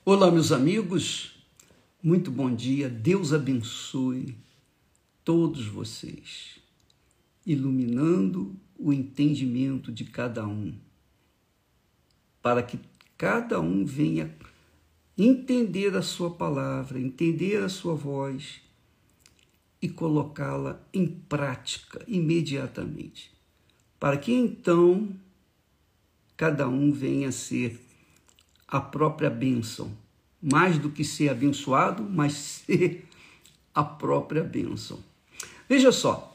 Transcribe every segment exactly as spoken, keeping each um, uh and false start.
Olá, meus amigos, muito bom dia, Deus abençoe todos vocês, iluminando o entendimento de cada um, para que cada um venha entender a sua palavra, entender a sua voz e colocá-la em prática imediatamente, para que então cada um venha a ser a própria bênção, mais do que ser abençoado, mas ser a própria bênção. Veja só,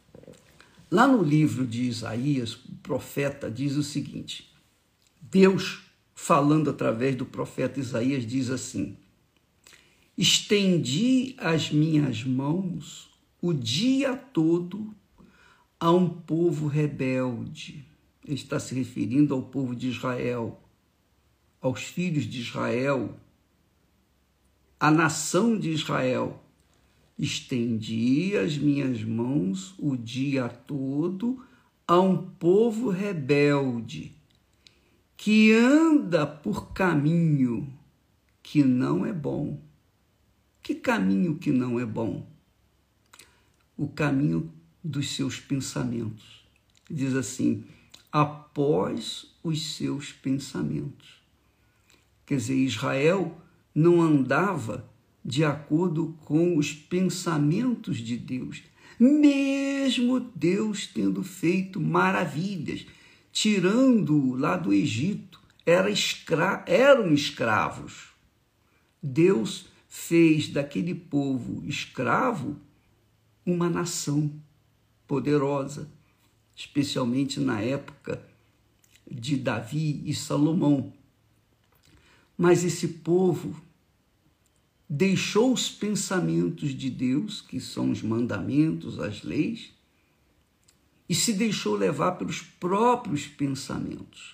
lá no livro de Isaías, o profeta diz o seguinte, Deus, falando através do profeta Isaías, diz assim, estendi as minhas mãos o dia todo a um povo rebelde. Ele está se referindo ao povo de Israel, aos filhos de Israel, à nação de Israel. Estendi as minhas mãos o dia todo a um povo rebelde, que anda por caminho que não é bom. Que caminho que não é bom? O caminho dos seus pensamentos. Diz assim, após os seus pensamentos. Quer dizer, Israel não andava de acordo com os pensamentos de Deus, mesmo Deus tendo feito maravilhas, tirando lá do Egito, era escra- eram escravos. Deus fez daquele povo escravo uma nação poderosa, especialmente na época de Davi e Salomão. Mas esse povo deixou os pensamentos de Deus, que são os mandamentos, as leis, e se deixou levar pelos próprios pensamentos.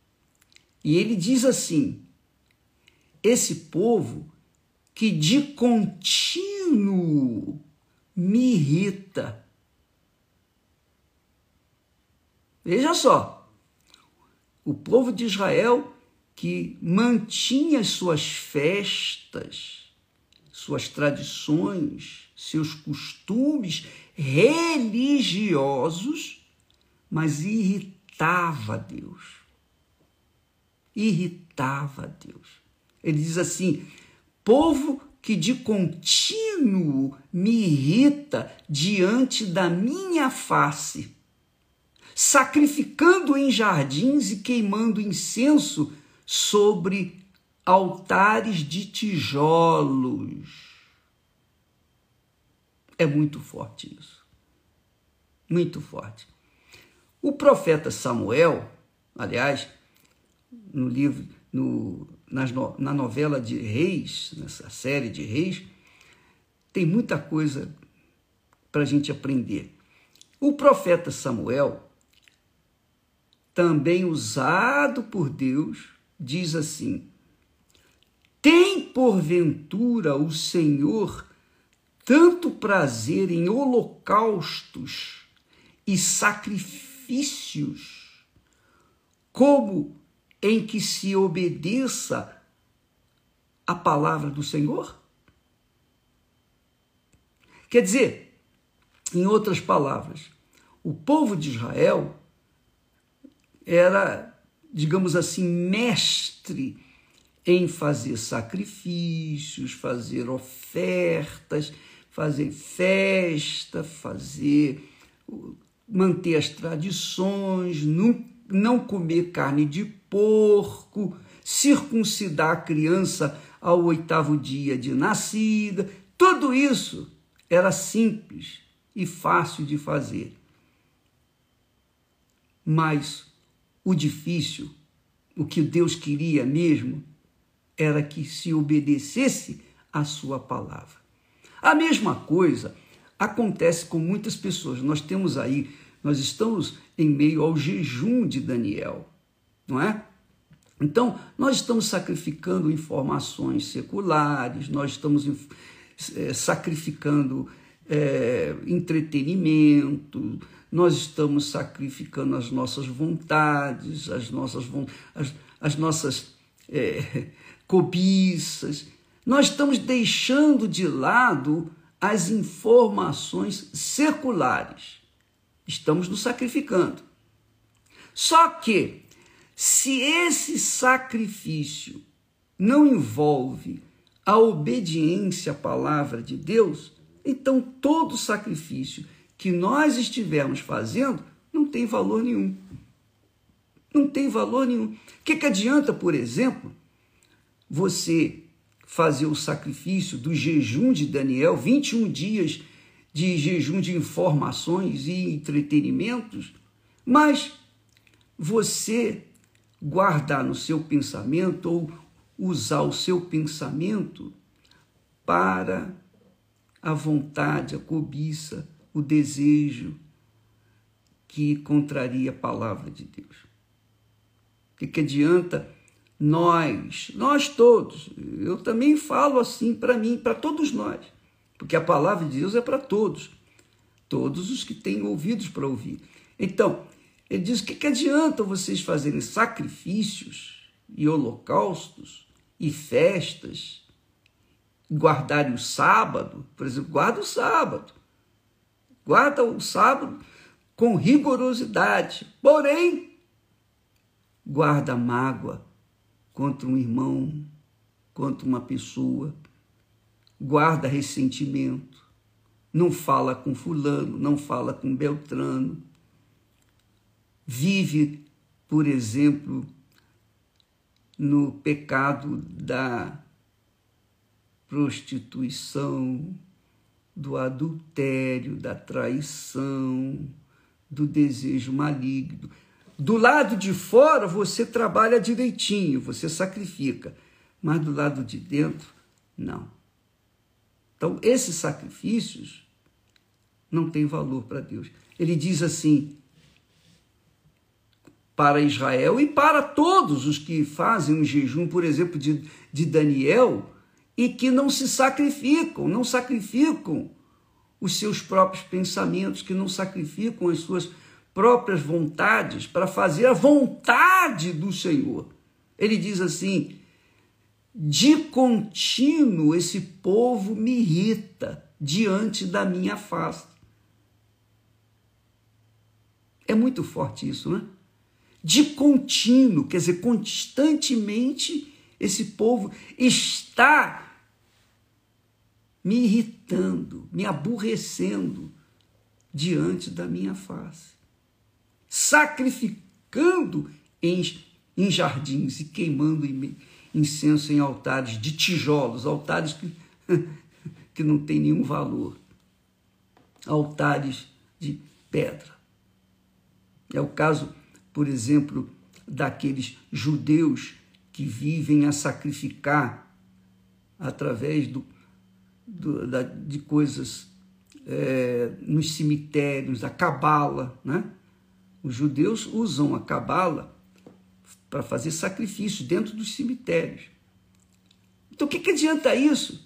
E ele diz assim, esse povo que de contínuo me irrita. Veja só, o povo de Israel que mantinha as suas festas, suas tradições, seus costumes religiosos, mas irritava Deus. Irritava Deus. Ele diz assim, povo que de contínuo me irrita diante da minha face, sacrificando em jardins e queimando incenso sobre altares de tijolos. É muito forte isso. Muito forte. O profeta Samuel, aliás, no livro, no, nas, na novela de Reis, nessa série de Reis, tem muita coisa para a gente aprender. O profeta Samuel, também usado por Deus, diz assim, tem porventura o Senhor tanto prazer em holocaustos e sacrifícios, como em que se obedeça a palavra do Senhor? Quer dizer, em outras palavras, o povo de Israel era, digamos assim, mestre em fazer sacrifícios, fazer ofertas, fazer festa, fazer, manter as tradições, não, não comer carne de porco, circuncidar a criança ao oitavo dia de nascida. Tudo isso era simples e fácil de fazer. Mas o difícil, o que Deus queria mesmo, era que se obedecesse à sua palavra. A mesma coisa acontece com muitas pessoas. Nós temos aí, nós estamos em meio ao jejum de Daniel, não é? Então, nós estamos sacrificando informações seculares, nós estamos é, sacrificando é, entretenimento, nós estamos sacrificando as nossas vontades, as nossas, as, as nossas é, cobiças. Nós estamos deixando de lado as informações seculares. Estamos nos sacrificando. Só que, se esse sacrifício não envolve a obediência à palavra de Deus, então todo sacrifício que nós estivermos fazendo não tem valor nenhum. Não tem valor nenhum. O que, que adianta, por exemplo, você fazer o sacrifício do jejum de Daniel, vinte e um dias de jejum de informações e entretenimentos, mas você guardar no seu pensamento ou usar o seu pensamento para a vontade, a cobiça, o desejo que contraria a palavra de Deus. O que, que adianta nós, nós todos, eu também falo assim para mim, para todos nós, porque a palavra de Deus é para todos, todos os que têm ouvidos para ouvir. Então, ele diz, o que, que adianta vocês fazerem sacrifícios e holocaustos e festas, guardarem o sábado, por exemplo, guarda o sábado, guarda o sábado com rigorosidade, porém, guarda a mágoa contra um irmão, contra uma pessoa, guarda ressentimento, não fala com fulano, não fala com beltrano, vive, por exemplo, no pecado da prostituição, do adultério, da traição, do desejo maligno. Do lado de fora, você trabalha direitinho, você sacrifica, mas do lado de dentro, não. Então, esses sacrifícios não têm valor para Deus. Ele diz assim, para Israel e para todos os que fazem um jejum, por exemplo, de, de Daniel, e que não se sacrificam, não sacrificam os seus próprios pensamentos, que não sacrificam as suas próprias vontades para fazer a vontade do Senhor. Ele diz assim, de contínuo esse povo me irrita diante da minha face. É muito forte isso, né? De contínuo, quer dizer, constantemente esse povo está me irritando, me aborrecendo diante da minha face, sacrificando em, em jardins e queimando incenso em altares de tijolos, altares que, que não têm nenhum valor, altares de pedra. É o caso, por exemplo, daqueles judeus que vivem a sacrificar através do, do, da, de coisas é, nos cemitérios, a cabala, né? Os judeus usam a cabala para fazer sacrifícios dentro dos cemitérios. Então, o que, que adianta isso?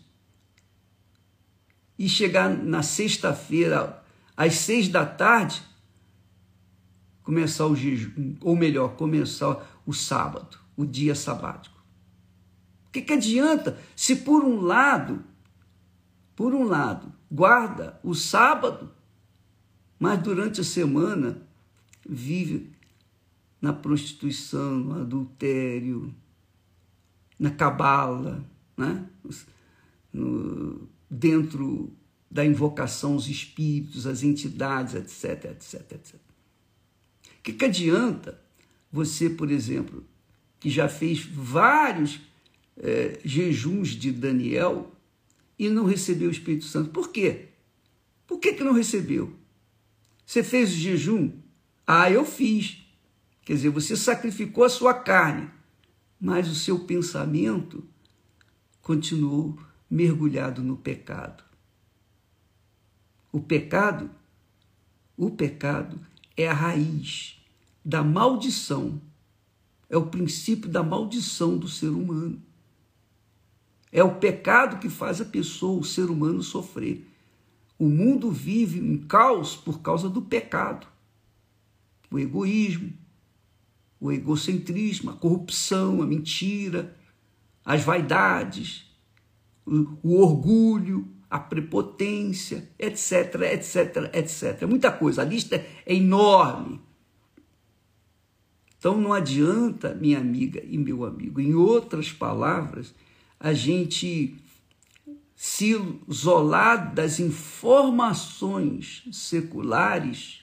E chegar na sexta-feira, às seis da tarde, começar o jejum, ou melhor, começar o sábado, o dia sabático. O que, que adianta se por um lado, por um lado, guarda o sábado, mas durante a semana vive na prostituição, no adultério, na cabala, né? no, dentro da invocação aos espíritos, às entidades, etc, etc, etcétera. O que, que adianta você, por exemplo, que já fez vários é, jejuns de Daniel e não recebeu o Espírito Santo? Por quê? Por que, que não recebeu? Você fez o jejum? Ah, eu fiz. Quer dizer, você sacrificou a sua carne, mas o seu pensamento continuou mergulhado no pecado. O pecado, o pecado é a raiz da maldição, é o princípio da maldição do ser humano. É o pecado que faz a pessoa, o ser humano, sofrer. O mundo vive em caos por causa do pecado. O egoísmo, o egocentrismo, a corrupção, a mentira, as vaidades, o, o orgulho, a prepotência, etc, etc, etc. Muita coisa, a lista é enorme. Então não adianta, minha amiga e meu amigo, em outras palavras, a gente se isolar das informações seculares,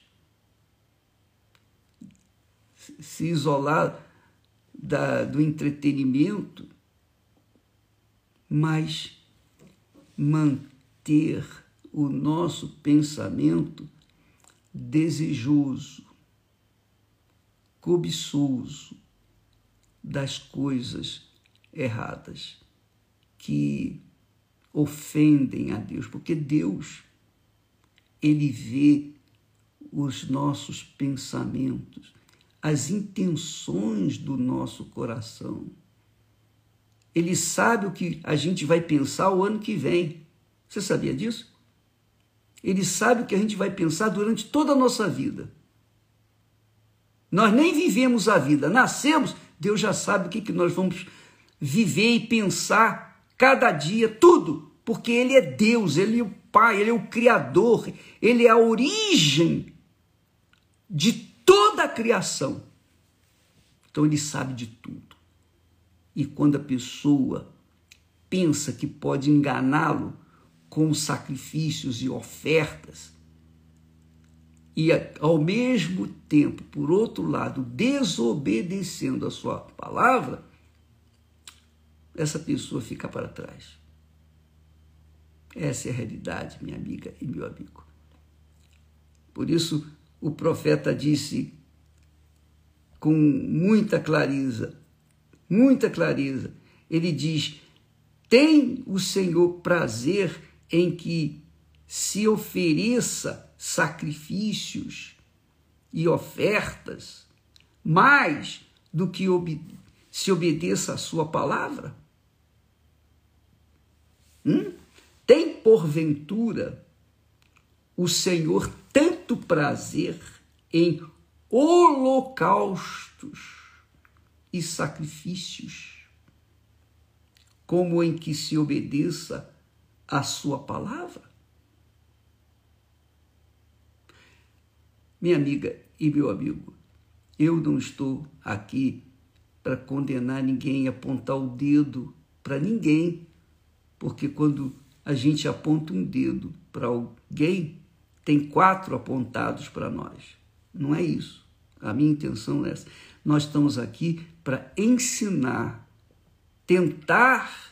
se isolar da, do entretenimento, mas manter o nosso pensamento desejoso, cobiçoso das coisas erradas que ofendem a Deus, porque Deus, ele vê os nossos pensamentos, as intenções do nosso coração. Ele sabe o que a gente vai pensar o ano que vem. Você sabia disso? Ele sabe o que a gente vai pensar durante toda a nossa vida. Nós nem vivemos a vida, nascemos, Deus já sabe o que, que nós vamos viver e pensar cada dia, tudo, porque Ele é Deus, Ele é o Pai, Ele é o Criador, Ele é a origem de toda a criação. Então Ele sabe de tudo. E quando a pessoa pensa que pode enganá-lo com sacrifícios e ofertas, e ao mesmo tempo, por outro lado, desobedecendo a sua palavra, essa pessoa fica para trás. Essa é a realidade, minha amiga e meu amigo. Por isso, o profeta disse com muita clareza, muita clareza, ele diz: tem o Senhor prazer em que se ofereça sacrifícios e ofertas mais do que ob- se obedeça a sua palavra? Hum? Tem, porventura, o Senhor tanto prazer em holocaustos e sacrifícios, como em que se obedeça a sua palavra? Minha amiga e meu amigo, eu não estou aqui para condenar ninguém, apontar o dedo para ninguém, porque quando a gente aponta um dedo para alguém, tem quatro apontados para nós. Não é isso. A minha intenção é essa. Nós estamos aqui para ensinar, tentar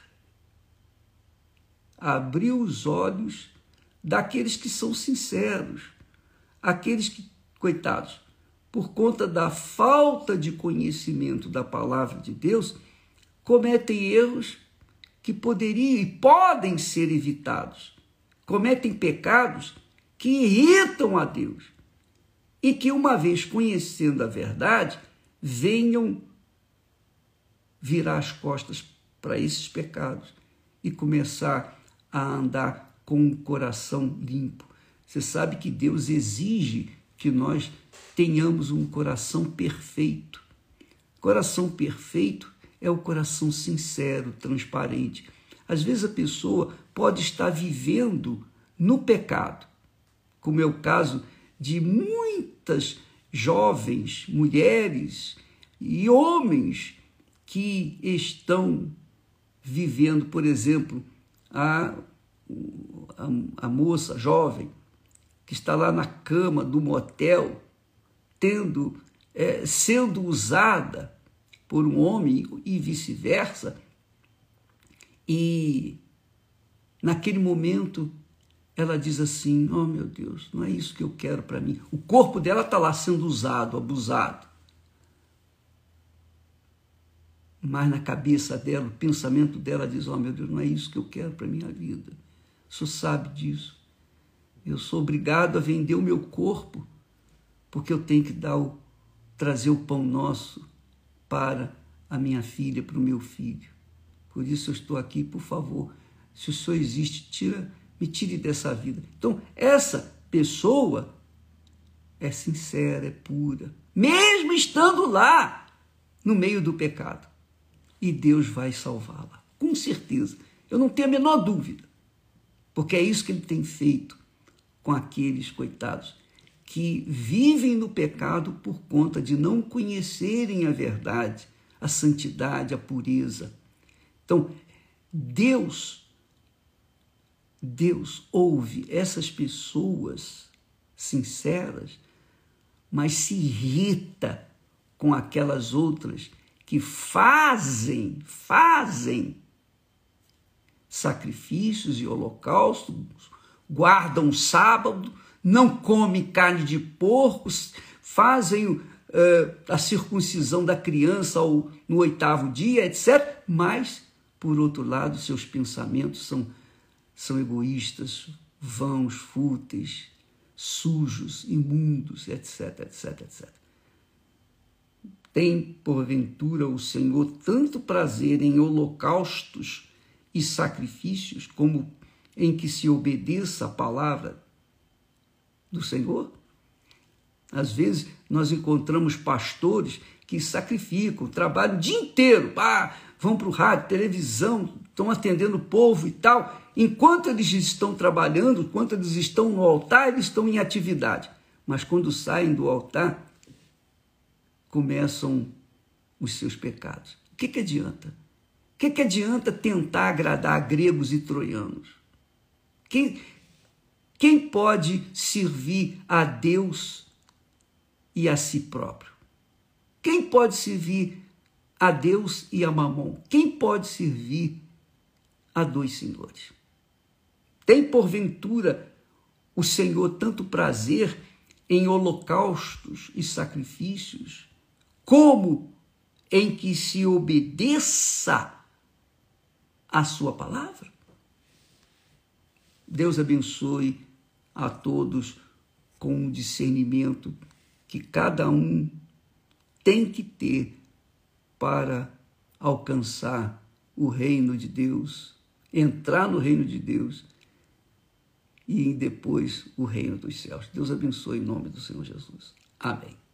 abrir os olhos daqueles que são sinceros, aqueles que, coitados, por conta da falta de conhecimento da palavra de Deus, cometem erros que poderiam e podem ser evitados, cometem pecados que irritam a Deus e que, uma vez conhecendo a verdade, venham virar as costas para esses pecados e começar a andar com o coração limpo. Você sabe que Deus exige que nós tenhamos um coração perfeito. Coração perfeito é o coração sincero, transparente. Às vezes a pessoa pode estar vivendo no pecado, como é o caso de muitas jovens, mulheres e homens que estão vivendo, por exemplo, a, a, a moça jovem que está lá na cama do motel, tendo, é, sendo usada por um homem e vice-versa, e naquele momento ela diz assim: oh meu Deus, não é isso que eu quero para mim. O corpo dela está lá sendo usado, abusado. Mas na cabeça dela, o pensamento dela diz: oh meu Deus, não é isso que eu quero para a minha vida. O senhor sabe disso. Eu sou obrigado a vender o meu corpo, porque eu tenho que dar o, trazer o pão nosso para a minha filha, para o meu filho. Por isso eu estou aqui, por favor, se o Senhor existe, tira, me tire dessa vida. Então, essa pessoa é sincera, é pura, mesmo estando lá, no meio do pecado. E Deus vai salvá-la. com certeza. Eu não tenho a menor dúvida, porque é isso que ele tem feito com aqueles coitados que vivem no pecado por conta de não conhecerem a verdade, a santidade, a pureza. Então, Deus, Deus ouve essas pessoas sinceras, mas se irrita com aquelas outras que fazem, fazem sacrifícios e holocaustos, guardam o sábado, não comem carne de porco, fazem uh, a circuncisão da criança ao, no oitavo dia, etcétera. Mas, por outro lado, seus pensamentos são, são egoístas, vãos, fúteis, sujos, imundos, etc, etc, etcétera. Tem, porventura, o Senhor tanto prazer em holocaustos e sacrifícios como em que se obedeça a palavra do Senhor? Às vezes nós encontramos pastores que sacrificam, trabalham o dia inteiro, ah, vão para o rádio, televisão, estão atendendo o povo e tal. Enquanto eles estão trabalhando, enquanto eles estão no altar, eles estão em atividade. Mas quando saem do altar, começam os seus pecados. O que, que adianta? O que, que adianta tentar agradar gregos e troianos? Quem, quem pode servir a Deus e a si próprio? Quem pode servir a Deus e a Mamon? Quem pode servir a dois senhores? Tem, porventura, o Senhor tanto prazer em holocaustos e sacrifícios, como em que se obedeça a sua palavra? Deus abençoe a todos com o discernimento que cada um tem que ter para alcançar o reino de Deus, entrar no reino de Deus e depois o reino dos céus. Deus abençoe em nome do Senhor Jesus. Amém.